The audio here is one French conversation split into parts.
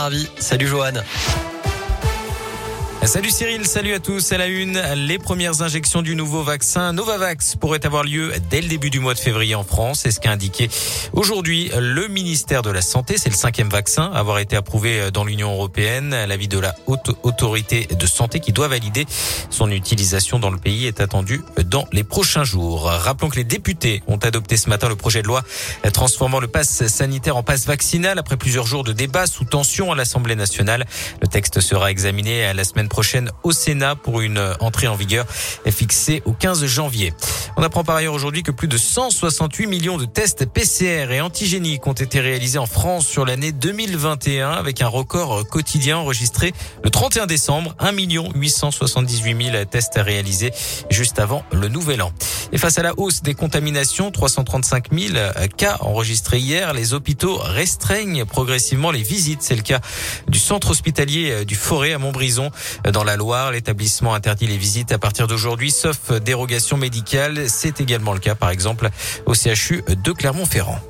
ravi. Salut Johan. Salut Cyril, salut à tous. À la une, les premières injections du nouveau vaccin Novavax pourraient avoir lieu dès le début du mois de février en France. C'est ce qu'a indiqué aujourd'hui le ministère de la Santé. C'est le 5e vaccin à avoir été approuvé dans l'Union européenne. L'avis de la haute autorité de santé qui doit valider son utilisation dans le pays est attendu dans les prochains jours. Rappelons que les députés ont adopté ce matin le projet de loi transformant le pass sanitaire en pass vaccinal après plusieurs jours de débats sous tension à l'Assemblée nationale. Le texte sera examiné à la semaine prochaine au Sénat pour une entrée en vigueur fixée au 15 janvier. On apprend par ailleurs aujourd'hui que plus de 168 millions de tests PCR et antigéniques ont été réalisés en France sur l'année 2021 avec un record quotidien enregistré le 31 décembre. 1 878 000 tests réalisés juste avant le nouvel an. Et face à la hausse des contaminations, 335 000 cas enregistrés hier, les hôpitaux restreignent progressivement les visites. C'est le cas du centre hospitalier du Forêt à Montbrison. Dans la Loire, l'établissement interdit les visites à partir d'aujourd'hui, sauf dérogation médicale. C'est également le cas, par exemple, au CHU de Clermont-Ferrand.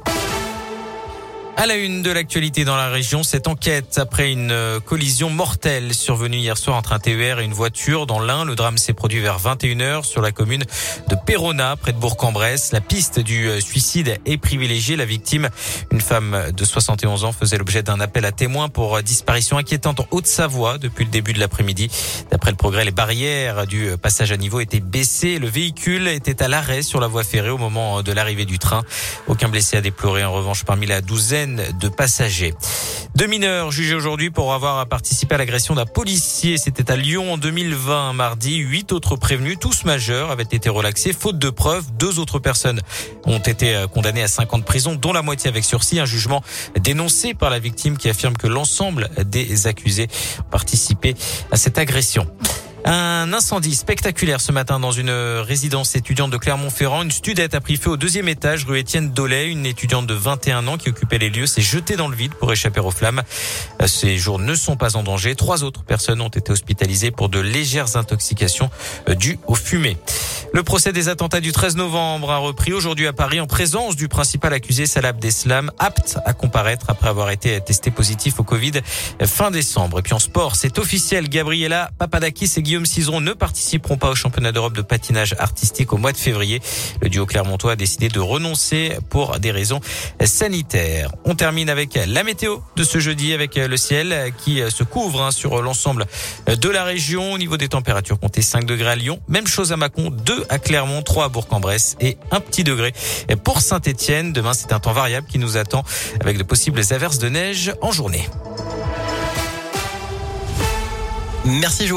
À la une de l'actualité dans la région, cette enquête après une collision mortelle survenue hier soir entre un TER et une voiture dans l'Ain. Le drame s'est produit vers 21h sur la commune de Péronat, près de Bourg-en-Bresse. La piste du suicide est privilégiée. La victime, une femme de 71 ans, faisait l'objet d'un appel à témoins pour disparition inquiétante en Haute-Savoie depuis le début de l'après-midi. D'après le progrès, les barrières du passage à niveau étaient baissées. Le véhicule était à l'arrêt sur la voie ferrée au moment de l'arrivée du train. Aucun blessé à déplorer en revanche parmi la douzaine de passagers. 2 mineurs jugés aujourd'hui pour avoir participé à l'agression d'un policier. C'était à Lyon en 2020, mardi. 8 autres prévenus, tous majeurs, avaient été relaxés faute de preuves. 2 autres personnes ont été condamnées à 5 ans de prison, dont la moitié avec sursis. Un jugement dénoncé par la victime qui affirme que l'ensemble des accusés ont participé à cette agression. Un incendie spectaculaire ce matin dans une résidence étudiante de Clermont-Ferrand. Une studette a pris feu au 2e étage, rue Étienne Dollet. Une étudiante de 21 ans qui occupait les lieux s'est jetée dans le vide pour échapper aux flammes. Ces jours ne sont pas en danger. 3 autres personnes ont été hospitalisées pour de légères intoxications dues aux fumées. Le procès des attentats du 13 novembre a repris aujourd'hui à Paris en présence du principal accusé Salah Abdeslam, apte à comparaître après avoir été testé positif au Covid fin décembre. Et puis en sport, c'est officiel. Gabriela Papadakis et Guillaume Cizeron ne participeront pas au championnat d'Europe de patinage artistique au mois de février. Le duo clermontois a décidé de renoncer pour des raisons sanitaires. On termine avec la météo de ce jeudi avec le ciel qui se couvre sur l'ensemble de la région. Au niveau des températures, comptez 5 degrés à Lyon. Même chose à Mâcon, 2 à Clermont, 3 à Bourg-en-Bresse et un petit degré pour Saint-Étienne. Demain, c'est un temps variable qui nous attend avec de possibles averses de neige en journée. Merci Johan.